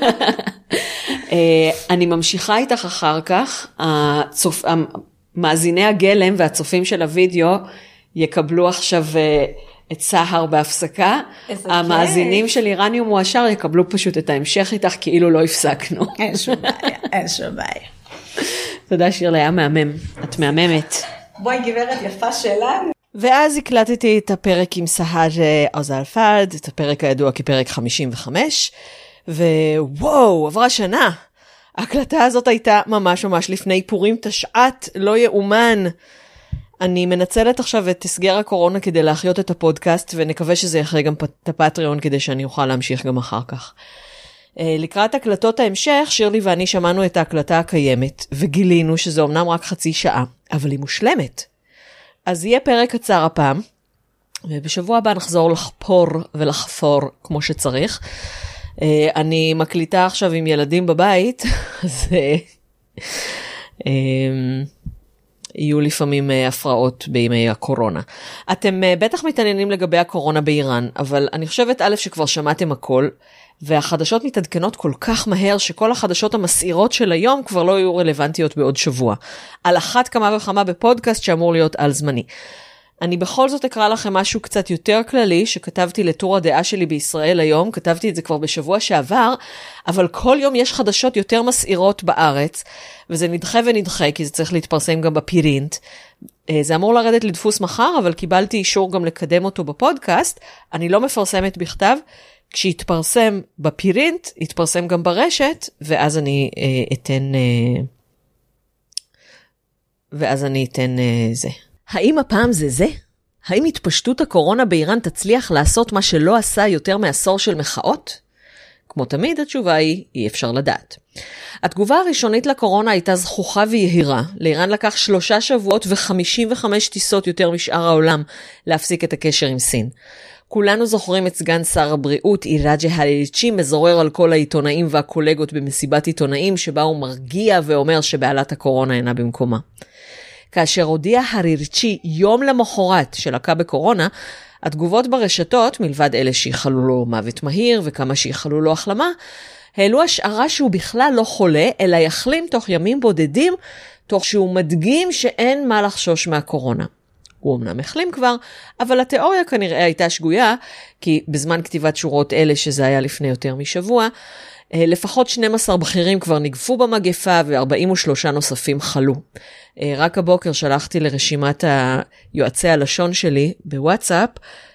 S3: אני ממשיכה איתך אחר כך, מאזיני הגלם והצופים של הוידאו יקבלו עכשיו את סהר בהפסקה, המאזינים של איראניום מועשר יקבלו פשוט את ההמשך איתך, כאילו לא הפסקנו.
S1: אין שום בעיה, אין שום בעיה.
S3: תודה שירלי, היה מהמם, את מהממת.
S1: בואי גברת יפה שלנו.
S3: ואז הקלטתי את הפרק עם סהר אוזלפרד, את הפרק הידוע כפרק חמישים וחמש, ווואו, עברה שנה. ההקלטה הזאת הייתה ממש ממש לפני פורים תשעת, לא יאומן. אני מנצלת עכשיו את הסגר הקורונה כדי להחיות את הפודקאסט, ונקווה שזה יחיה גם את הפטריון כדי שאני אוכל להמשיך גם אחר כך. לקראת הקלטות ההמשך, שירלי ואני שמענו את ההקלטה הקיימת, וגילינו שזה אומנם רק חצי שעה, אבל היא מושלמת. אז יהיה פרק קצר הפעם, ובשבוע הבא נחזור לחפור ולחפור כמו שצריך. אני מקליטה עכשיו עם ילדים בבית, אז יהיו לפעמים הפרעות בימי הקורונה. אתם בטח מתעניינים לגבי הקורונה באיראן, אבל אני חושבת א' שכבר שמעתם הכל, והחדשות מתעדכנות כל כך מהר, שכל החדשות המסעירות של היום כבר לא יהיו רלוונטיות בעוד שבוע. על אחת כמה וכמה בפודקאסט שאמור להיות על זמני. אני בכל זאת אקרא לכם משהו קצת יותר כללי, שכתבתי לטור הדעה שלי בישראל היום, כתבתי את זה כבר בשבוע שעבר, אבל כל יום יש חדשות יותר מסעירות בארץ, וזה נדחה ונדחה, כי זה צריך להתפרסם גם בפרינט. זה אמור לרדת לדפוס מחר, אבל קיבלתי אישור גם לקדם אותו בפודקאסט. אני לא מפרסמת בכתב, כשיתפרסם בפרינט, יתפרסם גם ברשת, ואז אני אה, אתן, אה, ואז אני אתן אה, זה. האם הפעם זה זה? האם התפשטות הקורונה באיראן תצליח לעשות מה שלא עשה יותר מעשור של מחאות? כמו תמיד התשובה היא, אי אפשר לדעת. התגובה הראשונית לקורונה הייתה זכוכה ויהירה. לאיראן לקח שלושה שבועות ו-חמישים וחמש טיסות יותר משאר העולם להפסיק את הקשר עם סין. כולנו זוכרים את סגן שר הבריאות, איראג'ה הרירצ'י, מזורר על כל העיתונאים והקולגות במסיבת עיתונאים, שבה הוא מרגיע ואומר שבעלת הקורונה אינה במקומה. כאשר הודיע הרירצ'י יום למחרת שלקה בקורונה, התגובות ברשתות, מלבד אלה שיחלו לו מוות מהיר וכמה שיחלו לו החלמה, העלו השערה שהוא בכלל לא חולה, אלא יחלים תוך ימים בודדים, תוך שהוא מדגים שאין מה לחשוש מהקורונה. הוא אמנם החלים כבר, אבל התיאוריה כנראה הייתה שגויה, כי בזמן כתיבת שורות אלה, שזה היה לפני יותר משבוע, לפחות שנים עשר בכירים כבר נגפו במגפה, ו-ארבעים ושלושה נוספים חלו. רק הבוקר שלחתי לרשימת יועצי הלשון שלי בוואטסאפ,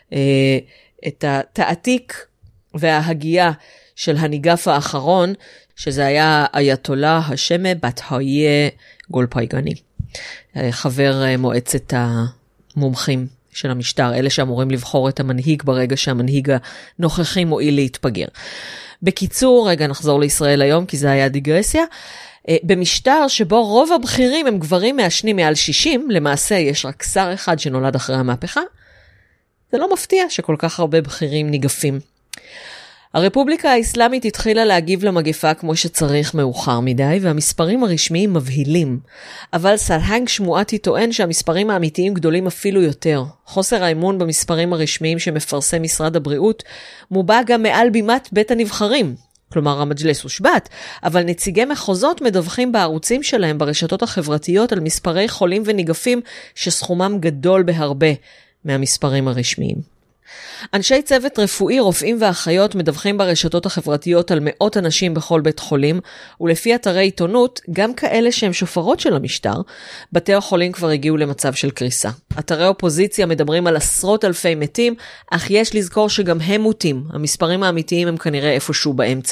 S3: את התעתיק וההגייה של הניגף האחרון, שזה היה אייתולה השמה בת הויה גולפייגני, חבר מועצת המומחים של המשטר, אלה שאמורים לבחור את המנהיג ברגע שהמנהיג הנוכחי מועיל להתפגר. בקיצור, רגע נחזור לישראל היום, כי זה היה דיגרסיה. במשטר שבו רוב הבכירים הם גברים מעשנים מעל שישים, למעשה יש רק שר אחד שנולד אחרי המהפכה, זה לא מפתיע שכל כך הרבה בכירים ניגפים. הרפובליקה האסלאמית התחילה להגיב למגפה כמו שצריך מאוחר מדי, והמספרים הרשמיים מבהילים. אבל סרהנג שמועתי טוען שהמספרים האמיתיים גדולים אפילו יותר. חוסר האמון במספרים הרשמיים שמפרסם משרד הבריאות, מובע גם מעל בימת בית הנבחרים. כלומר, המג'לס הושבת, אבל נציגי מחוזות מדווחים בערוצים שלהם ברשתות החברתיות על מספרי חולים וניגפים שסכומם גדול בהרבה מהמספרים הרשמיים. אנשי צוות רפואי, רופאים ואחיות מדווחים ברשתות החברתיות על מאות אנשים בכל בית חולים, ולפי אתרי עיתונות, גם כאלה שהם שופרות של המשטר, בתי החולים כבר הגיעו למצב של קריסה. אתרי אופוזיציה מדברים על עשרות אלפי מתים, אך יש לזכור שגם הם מותים. המספרים האמיתיים הם כנראה איפשהו באמצע.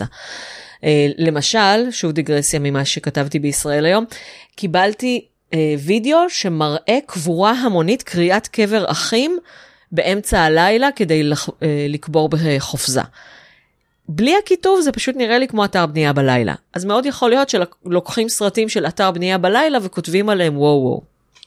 S3: למשל, שוב דיגרסיה ממה שכתבתי בישראל היום, קיבלתי וידאו שמראה קבורה המונית, קריאת קבר אחים, באמצע הלילה כדי לקבור בחופזה. בלי הכיתוב זה פשוט נראה לי כמו אתר בנייה בלילה. אז מאוד יכול להיות שלוקחים סרטים של אתר בנייה בלילה וכותבים עליהם וואו וואו.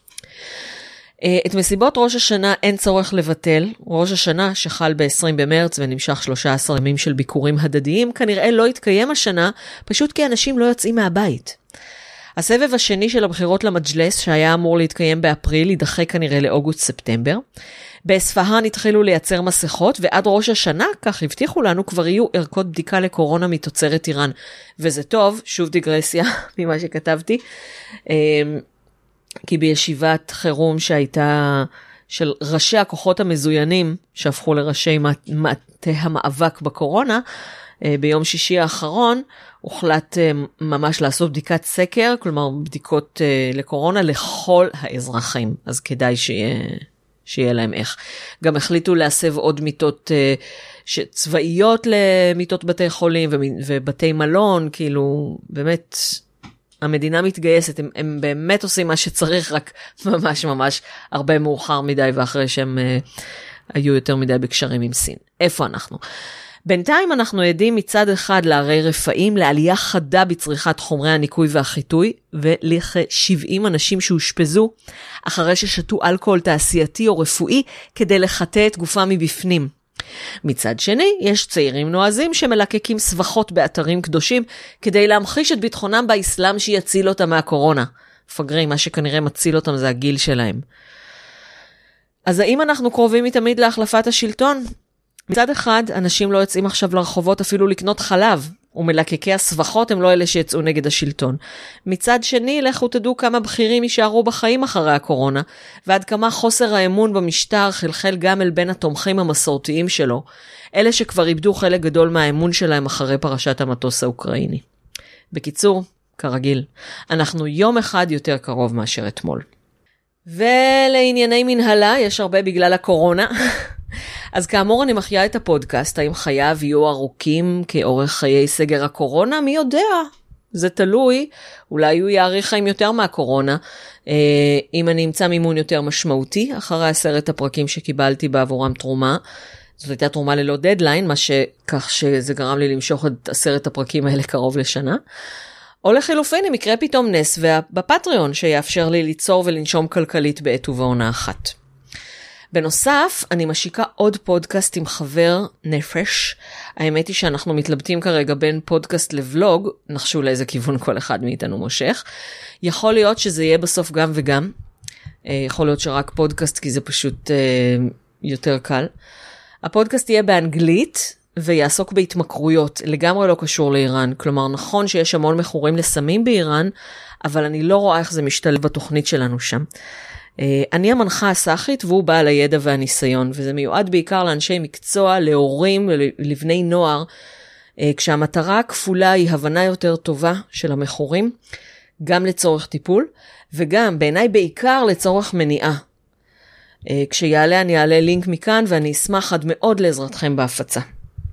S3: את מסיבות ראש השנה אין צורך לבטל. ראש השנה שחל ב-עשרים במרץ ונמשך שלושה עשר ימים של ביקורים הדדיים, כנראה לא יתקיים השנה, פשוט כי אנשים לא יוצאים מהבית. הסבב השני של הבחירות למג'לס, שהיה אמור להתקיים באפריל, יידחה כנראה לאוגוסט-ספטמבר. באספהאן התחילו לייצר מסכות, ועד ראש השנה, כך הבטיחו לנו, כבר יהיו ערכות בדיקה לקורונה מתוצרת איראן. וזה טוב, שוב דיגרסיה ממה שכתבתי, כי בישיבת חירום שהייתה של ראשי הכוחות המזוינים, שהפכו לראשי מטה המאבק בקורונה, ביום שישי האחרון, הוחלט ממש לעשות בדיקת סקר, כלומר בדיקות לקורונה לכל האזרחים, אז כדאי שיהיה, שיהיה להם איך. גם החליטו להסב עוד מיטות צבאיות למיטות בתי חולים ובתי מלון, כאילו באמת המדינה מתגייסת, הם, הם באמת עושים מה שצריך, רק ממש ממש הרבה מאוחר מדי, ואחרי שהם uh, היו יותר מדי בקשרים עם סין. איפה אנחנו? בינתיים אנחנו עדים מצד אחד להרי רפאים, לעלייה חדה בצריכת חומרי הניקוי והחיטוי, ולכ-שבעים אנשים שהושפזו, אחרי ששתו אלכוהול תעשייתי או רפואי, כדי לחטא את גופם מבפנים. מצד שני, יש צעירים נועזים שמלקקים סבכות באתרים קדושים, כדי להמחיש את ביטחונם באסלאם שיציל אותם מהקורונה. פגרים, מה שכנראה מציל אותם זה הגיל שלהם. אז האם אנחנו קרובים מתמיד להחלפת השלטון? מצד אחד, אנשים לא יוצאים עכשיו לרחובות אפילו לקנות חלב, ומלקקי הסבכות הם לא אלה שיצאו נגד השלטון. מצד שני, לכו תדעו כמה בכירים יישארו בחיים אחרי הקורונה, ועד כמה חוסר האמון במשטר חלחל גם אל בין התומכים המסורתיים שלו, אלה שכבר איבדו חלק גדול מהאמון שלהם אחרי פרשת המטוס האוקראיני. בקיצור, כרגיל, אנחנו יום אחד יותר קרוב מאשר אתמול. ולענייני מנהלה, יש הרבה בגלל הקורונה. אז כאמור אני מחיה את הפודקאסט, האם חייו יהיו ארוכים כאורך חיי סגר הקורונה? מי יודע? זה תלוי, אולי הוא יאריך חיים יותר מהקורונה, אם אני אמצא מימון יותר משמעותי, אחרי עשרת הפרקים שקיבלתי בעבורם תרומה, זאת הייתה תרומה ללא דדליין, מה שכך שזה גרם לי למשוך את עשרת הפרקים האלה קרוב לשנה, או לחילופין אם יקרה פתאום נס בפטריון, שיאפשר לי ליצור ולנשום כלכלית בעת ובעונה אחת. בנוסף, אני משיקה עוד פודקאסט עם חבר נפש. האמת היא שאנחנו מתלבטים כרגע בין פודקאסט לבלוג, נחשו לאיזה כיוון כל אחד מאיתנו מושך. יכול להיות שזה יהיה בסוף גם וגם. יכול להיות שרק פודקאסט, כי זה פשוט יותר קל. הפודקאסט יהיה באנגלית, ויעסוק בהתמכרויות, לגמרי לא קשור לאיראן. כלומר, נכון שיש המון מכורים לסמים באיראן, אבל אני לא רואה איך זה משתלב בתוכנית שלנו שם. אני המנחה הסאחית והוא בעל הידע והניסיון, וזה מיועד בעיקר לאנשי מקצוע, להורים, לבני נוער, כשהמטרה הכפולה היא הבנה יותר טובה של המכורים, גם לצורך טיפול, וגם בעיניי בעיקר לצורך מניעה. כשיעלה אני אעלה לינק מכאן, ואני אשמח עד מאוד לעזרתכם בהפצה.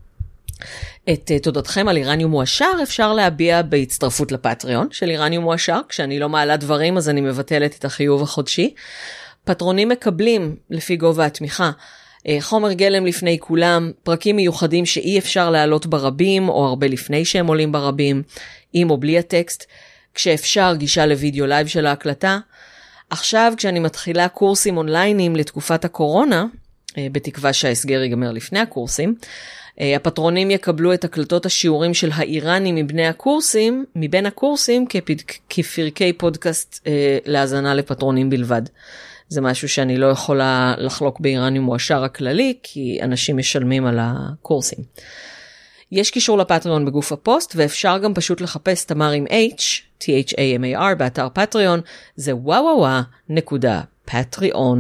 S3: את תודתכם על איראניום מואשר אפשר להביע בהצטרפות לפטריון של איראניום מואשר. כשאני לא מעלה דברים אז אני מבטלת את החיוב החודשי. פטרונים מקבלים לפי גובה התמיכה חומר גלם לפני כולם, פרקים מיוחדים שאי אפשר להעלות ברבים או הרבה לפני שהם עולים ברבים, עם או בלי הטקסט, כשאפשר גישה לוידאו לייב של ההקלטה. עכשיו כשאני מתחילה קורסים אונליינים לתקופת הקורונה, בתקווה שההסגר ייגמר לפני הקורסים, הפטרונים יקבלו את הקלטות השיעורים של האיראנים מבני הקורסים, מבין הקורסים כפרקי פודקאסט אה, להזנה לפטרונים בלבד. זה משהו שאני לא יכולה לחלוק באיראניום מואשר הכללי, כי אנשים משלמים על הקורסים. יש קישור לפטריון בגוף הפוסט, ואפשר גם פשוט לחפש תמר עם H, T-H-A-M-A-R, באתר פטריון, זה וואווה נקודה פטריון,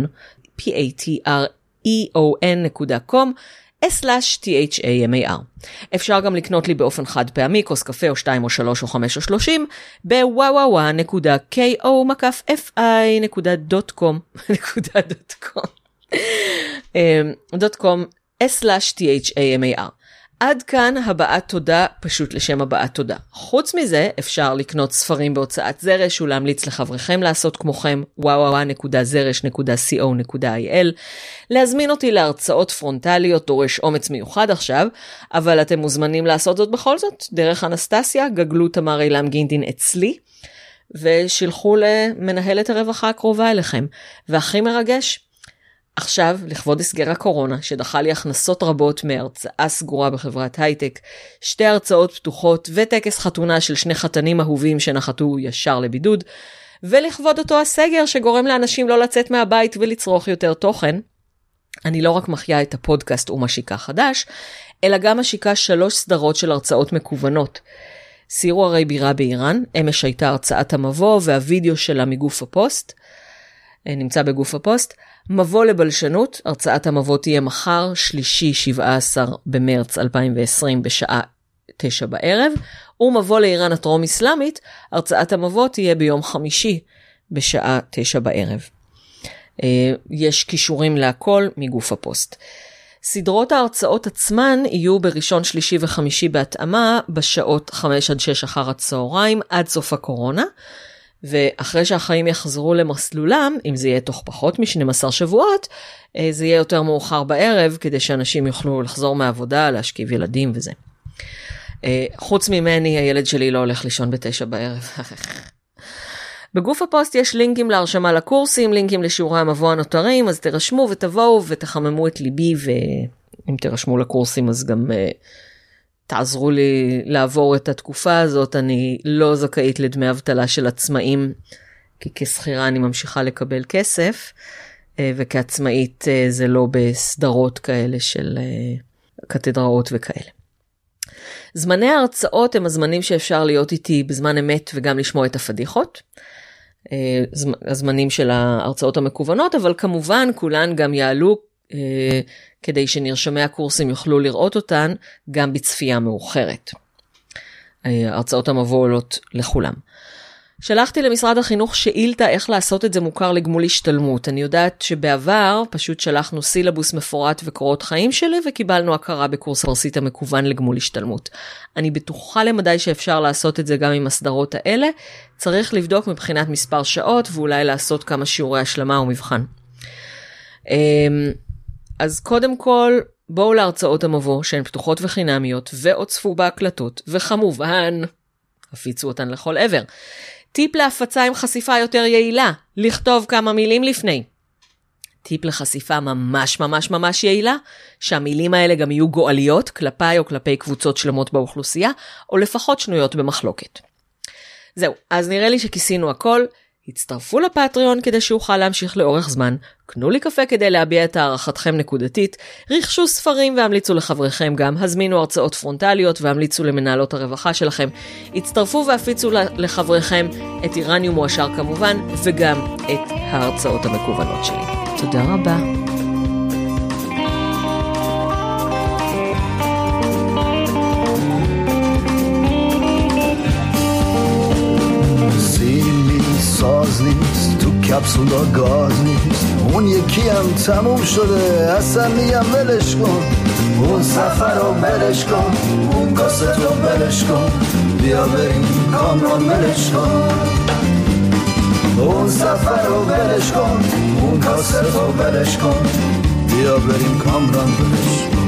S3: P-A-T-R-E-O-N נקודה קום, סלאש טי אייץ' איי אם איי אר. אפשר גם לקנות לי באופן חד פעמי, כוס קפה או שתיים או שלוש או חמש או שלושים, בוואווה נקודה קו מקף אף איי נקודה דוט קום, נקודה דוט קום, דוט קום, סלאש טי אייץ' איי אם איי אר. עד כאן הבעת תודה, פשוט לשם הבעת תודה. חוץ מזה, אפשר לקנות ספרים בהוצאת זרש ולהמליץ לחבריכם לעשות כמוכם, וואווה נקודה זרש נקודה קו נקודה איי אל. להזמין אותי להרצאות פרונטליות דורש אומץ מיוחד עכשיו, אבל אתם מוזמנים לעשות זאת בכל זאת. דרך אנסטסיה, גגלו תמר אילם גינדין אצלי, ושילחו למנהלת הרווחה הקרובה אליכם. והכי מרגש, עכשיו, לכבוד הסגר הקורונה, שדחה לי הכנסות רבות מהרצאה סגורה בחברת הייטק, שתי הרצאות פתוחות וטקס חתונה של שני חתנים אהובים שנחתו ישר לבידוד, ולכבוד אותו הסגר שגורם לאנשים לא לצאת מהבית ולצרוך יותר תוכן, אני לא רק מחיה את הפודקאסט ומשיקה חדש, אלא גם משיקה שלוש סדרות של הרצאות מקוונות. סירו הרי בירה באיראן, אמש הייתה הרצאת המבוא והווידאו שלה מגוף הפוסט, נמצא בגוף הפוסט. מבוא לבלשנות, הרצאת המבוא תהיה מחר, שלישי שבעה עשר במרץ אלפיים ועשרים בשעה תשע בערב, ומבוא לאיראן הטרום אסלאמית, הרצאת המבוא תהיה ביום חמישי בשעה תשע בערב. יש קישורים להכל מגוף הפוסט. סדרות ההרצאות עצמן יהיו בראשון, שלישי וחמישי בהתאמה, בשעות חמש עד שש אחר הצהריים, עד סוף הקורונה, ואחרי שהחיים יחזרו למסלולם, אם זה יהיה תוך פחות מ-שנים עשר שבועות, זה יהיה יותר מאוחר בערב, כדי שאנשים יוכלו לחזור מהעבודה, להשכיב ילדים וזה. חוץ ממני, הילד שלי לא הולך לישון בתשע בערב. בגוף הפוסט יש לינקים להרשמה לקורסים, לינקים לשיעורי המבוא הנותרים, אז תרשמו ותבואו ותחממו את ליבי, ואם תרשמו לקורסים אז גם uh, תעזרו לי לעבור את התקופה הזאת. אני לא זכאית לדמי אבטלה של עצמאים, כי כסחירה אני ממשיכה לקבל כסף, uh, וכעצמאית uh, זה לא בסדרות כאלה של uh, קתדראות וכאלה. זמני ההרצאות הם הזמנים שאפשר להיות איתי בזמן אמת וגם לשמוע את הפדיחות. הזמנים של ההרצאות המקוונות, אבל כמובן כולן גם יעלו כדי שנרשמי הקורסים יוכלו לראות אותן גם בצפייה מאוחרת. ההרצאות המבוא עולות לכולם. שלחתי למשרד החינוך שאילתה איך לעשות את זה מוכר לגמול השתלמות. אני יודעת שבעבר פשוט שלחנו סילבוס מפורט וקורות חיים שלי, וקיבלנו הכרה בקורס פרסית המקוון לגמול השתלמות. אני בטוחה למדי שאפשר לעשות את זה גם עם הסדרות האלה. צריך לבדוק מבחינת מספר שעות, ואולי לעשות כמה שיעורי השלמה ומבחן. אז קודם כל, בואו להרצאות המבוא שהן פתוחות וחינמיות, ועוצפו בהקלטות, וכמובן, הפיצו אותן לכל עבר. טיפ להפצה עם חשיפה יותר יעילה, לכתוב כמה מילים לפני. טיפ לחשיפה ממש ממש ממש יעילה, שהמילים האלה גם יהיו גואליות כלפיי או כלפי קבוצות שלמות באוכלוסייה, או לפחות שנויות במחלוקת. זהו, אז נראה לי שכיסינו הכל. הצטרפו לפטריון כדי שאוכל להמשיך לאורך זמן, קנו לי קפה כדי להביע את הערכתכם נקודתית, רכשו ספרים והמליצו לחבריכם גם, הזמינו הרצאות פרונטליות והמליצו למנהלות הרווחה שלכם, הצטרפו והפיצו לחבריכם את איראניום מועשר כמובן, וגם את ההרצאות המקוונות שלי. תודה רבה.
S4: ساز نیست تو کپسولا گاز نیست اون یکی هم تموم شده اصلا میگم ولش کن اون سفر رو ولش کن اون کاست رو ولش کن بیا بریم کامران ولش کن اون سفر رو ولش کن اون کاست رو ولش کن بیا بریم کامران ولش کن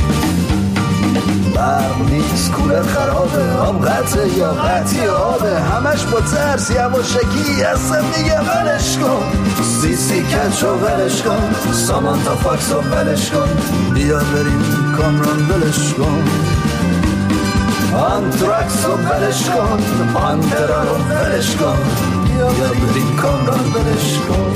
S4: برق نیست کولر خرابه آب قطعه یا قطعی آبه همش با ترس یواشکی اصلا میگه ولش کن سی سی کچ رو ولش کن سامانتا فاکس رو ولش کن بیا بریم کامران ولش کن آنتراکس رو ولش کن پانترا رو ولش کن بیا بریم کامران ولش کن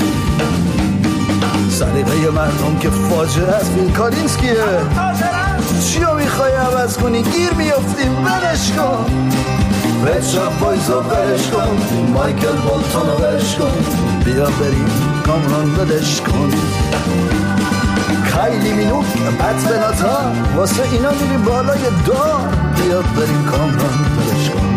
S4: سلیقه مردم که فاجعه است فیل کارینسکیه چیو میخوای عوض کنی گیر میافتیم ولش کن رچا بایزو ولش کن مایکل بولتونو ولش کن بیا بریم کامران ولش کن کایلی مینوک بطلناتا واسه اینا میری بالای دار بیا بریم کامران ولش کن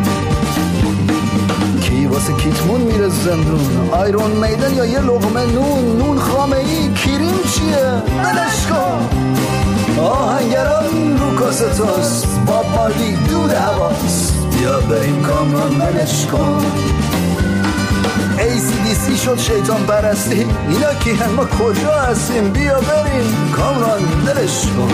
S4: کی واسه کیتمون میره زندون آیرون میدن یا یه لقمه نون نون خامه ای کیریم چیه ولش کن آهنگران رو کاستاست باب مالی دود هواست بیا بریم کامران ولش کن ای سی دی سی شد شیطان پرستی اینا کی هم ما کجا هستیم بیا بریم کامران ولش کن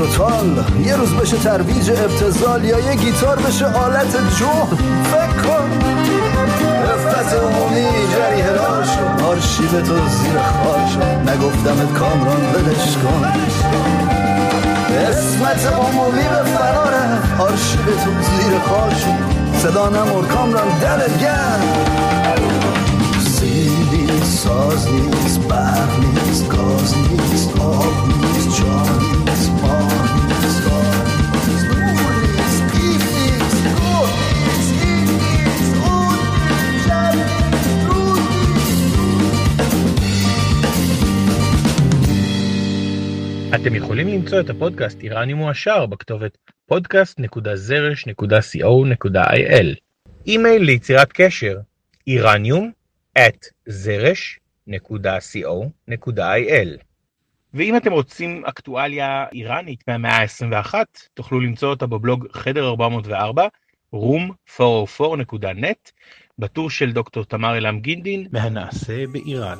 S4: توتال، یه روز بشه ترویج ابتذال، یا یه گیتار بشه آلت جون. فکر کن رفت عمومی جری هلال شد، آرشیو تو زیر خال شد، نگفتمت کامران ولش کن. اسمت عمومی به فراره، آرشیو تو زیر خال شد، صدا نمور کامران دلت گرم. سیلی ساز نیست، برق نیست، گاز نیست، آب نیست، جان نیست، آب نیست، آب نیست، نور نیست، قیب نیست، گل نیست، این نیست، اون نیست، شب نیست، روز
S5: نیست. אתם יכולים למצוא את הפודקאסט איראני מועשר בכתובת פודקאסט נקודה זרש נקודה סי או נקודה איי אל. אימייל ליצירת קשר איראניום את זרש נקודה סי או נקודה איי אל. ואם אתם רוצים אקטואליה איראנית מהמאה ה-עשרים ואחת, תוכלו למצוא אותה בבלוג חדר ארבע מאות וארבע, רום ארבע מאות וארבע נקודה נט, בטור של דוקטור תמר אלעם גינדין, מהנעשה באיראן.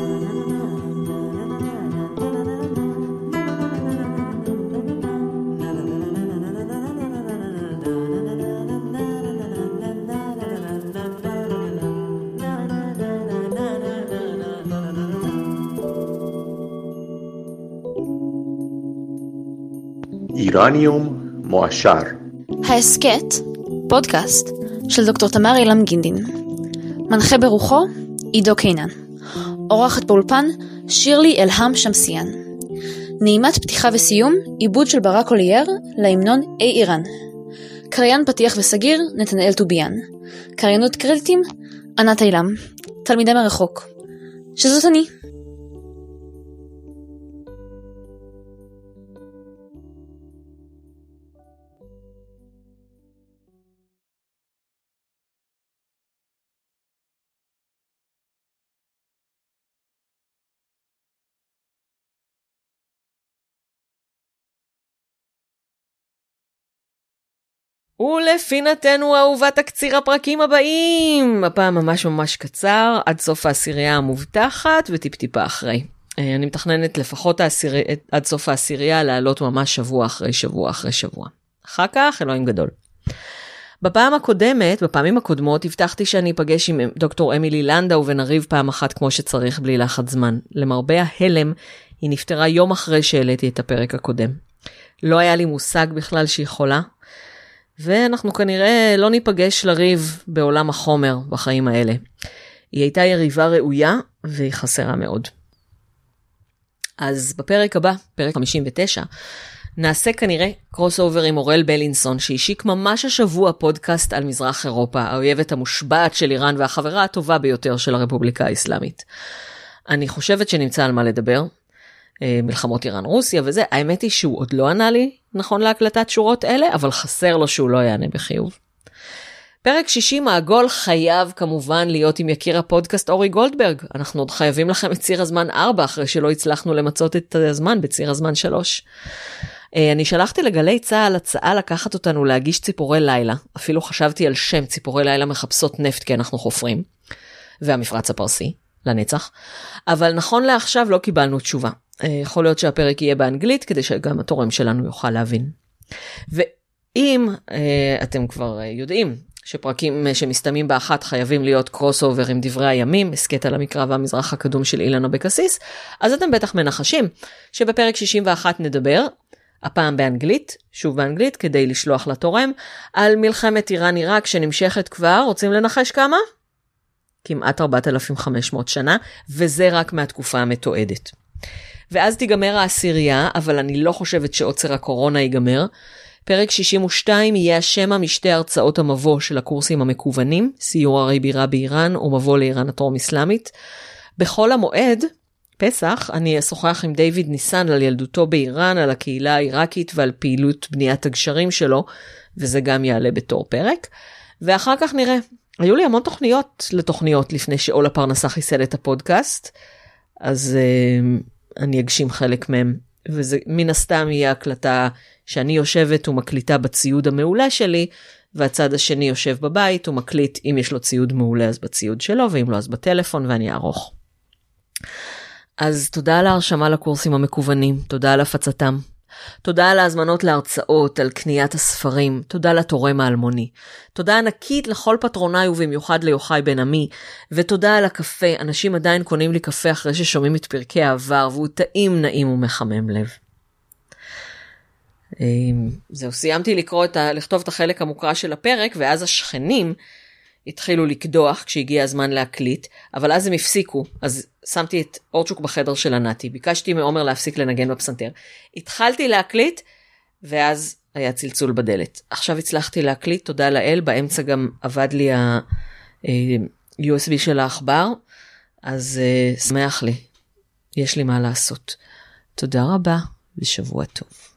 S2: איראניום מועשר.
S6: ההסקט, פודקאסט של דוקטור תמר אלעם גינדין. מנחה ברוחו, עידו קינן. אורחת באולפן, שירלי אלהם שמסיאן. נעימת פתיחה וסיום, עיבוד של ברק אולייר, להמנון אי איראן. קריין פתיח וסגיר, נתנאל טוביאן. קריינות קרדיטים, ענת אילם. תלמידה מרחוק. שזאת אני.
S3: ולפינתנו אהובת הקציר הפרקים הבאים. הפעם ממש ממש קצר, עד סוף העשירייה המובטחת וטיפ-טיפה אחרי. אני מתכננת לפחות העשירי, עד סוף העשירייה לעלות ממש שבוע אחרי שבוע אחרי שבוע. אחר כך, אלוהים גדול. בפעם הקודמת, בפעמים הקודמות, הבטחתי שאני אפגש עם דוקטור אמילי לנדאו ונריב פעם אחת כמו שצריך בלי לחץ זמן. למרבה ההלם, היא נפטרה יום אחרי שהעליתי את הפרק הקודם. לא היה לי מושג בכלל שהיא חולה. ואנחנו כנראה לא ניפגש לריב בעולם החומר בחיים האלה. היא הייתה יריבה ראויה והיא חסרה מאוד. אז בפרק הבא, פרק חמישים ותשע, נעשה כנראה קרוס אובר עם אורל בלינסון, שהשיק ממש השבוע פודקאסט על מזרח אירופה, האויבת המושבעת של איראן והחברה הטובה ביותר של הרפובליקה האסלאמית. אני חושבת שנמצא על מה לדבר. מלחמות איראן רוסיה וזה, האמת היא שהוא עוד לא ענה לי נכון להקלטת שורות אלה, אבל חסר לו שהוא לא יענה בחיוב. פרק שישים העגול חייב כמובן להיות עם יקיר הפודקאסט אורי גולדברג. אנחנו עוד חייבים לכם את ציר הזמן ארבע, אחרי שלא הצלחנו למצות את הזמן בציר הזמן שלוש. אני שלחתי לגלי צהל הצעה לקחת אותנו להגיש ציפורי לילה, אפילו חשבתי על שם ציפורי לילה מחפשות נפט כי אנחנו חופרים, והמפרץ הפרסי, לנצח, אבל נכון לעכשיו לא קיבלנו תשובה. יכול להיות שהפרק יהיה באנגלית, כדי שגם התורם שלנו יוכל להבין. ואם אתם כבר יודעים שפרקים שמסתמים באחת חייבים להיות קרוס אובר עם דברי הימים, הסקט על המקרא והמזרח הקדום של אילן אבקסיס, אז אתם בטח מנחשים שבפרק שישים ואחת נדבר, הפעם באנגלית, שוב באנגלית, כדי לשלוח לתורם, על מלחמת איראן עיראק שנמשכת כבר, רוצים לנחש כמה? כמעט ארבעת אלפים וחמש מאות שנה, וזה רק מהתקופה המתועדת. ואז תיגמר העשירייה, אבל אני לא חושבת שעוצר הקורונה ייגמר. פרק שישים ושתיים יהיה השמה משתי הרצאות המבוא של הקורסים המקוונים, סיור הרי בירה באיראן ומבוא לאיראן הטרום אסלאמית. בכל המועד, פסח, אני אשוחח עם דיוויד ניסן על ילדותו באיראן, על הקהילה העיראקית ועל פעילות בניית הגשרים שלו, וזה גם יעלה בתור פרק. ואחר כך נראה. היו לי המון תוכניות לתוכניות לפני שעול הפרנסה חיסל את הפודקאסט, אז uh, אני אגשים חלק מהם, וזה מן הסתם יהיה הקלטה שאני יושבת ומקליטה בציוד המעולה שלי, והצד השני יושב בבית ומקליט, אם יש לו ציוד מעולה אז בציוד שלו, ואם לא אז בטלפון, ואני אערוך. אז תודה על ההרשמה לקורסים המקוונים, תודה על הפצתם. תודה על ההזמנות להרצאות, על קניית הספרים, תודה לתורם האלמוני. תודה ענקית לכל פטרונאי ובמיוחד ליוחאי בן עמי, ותודה על הקפה, אנשים עדיין קונים לי קפה אחרי ששומעים את פרקי העבר, והוא טעים, נעים ומחמם לב. זהו, סיימתי לקרוא את ה... לכתוב את החלק המוקרא של הפרק, ואז השכנים התחילו לקדוח כשהגיע הזמן להקליט, אבל אז הם הפסיקו, אז שמתי את אורצ'וק בחדר של ענתי, ביקשתי מעומר להפסיק לנגן בפסנתר, התחלתי להקליט, ואז היה צלצול בדלת. עכשיו הצלחתי להקליט, תודה לאל, באמצע גם עבד לי ה-יו אס בי של העכבר, אז שמח לי, יש לי מה לעשות. תודה רבה, ושבוע טוב.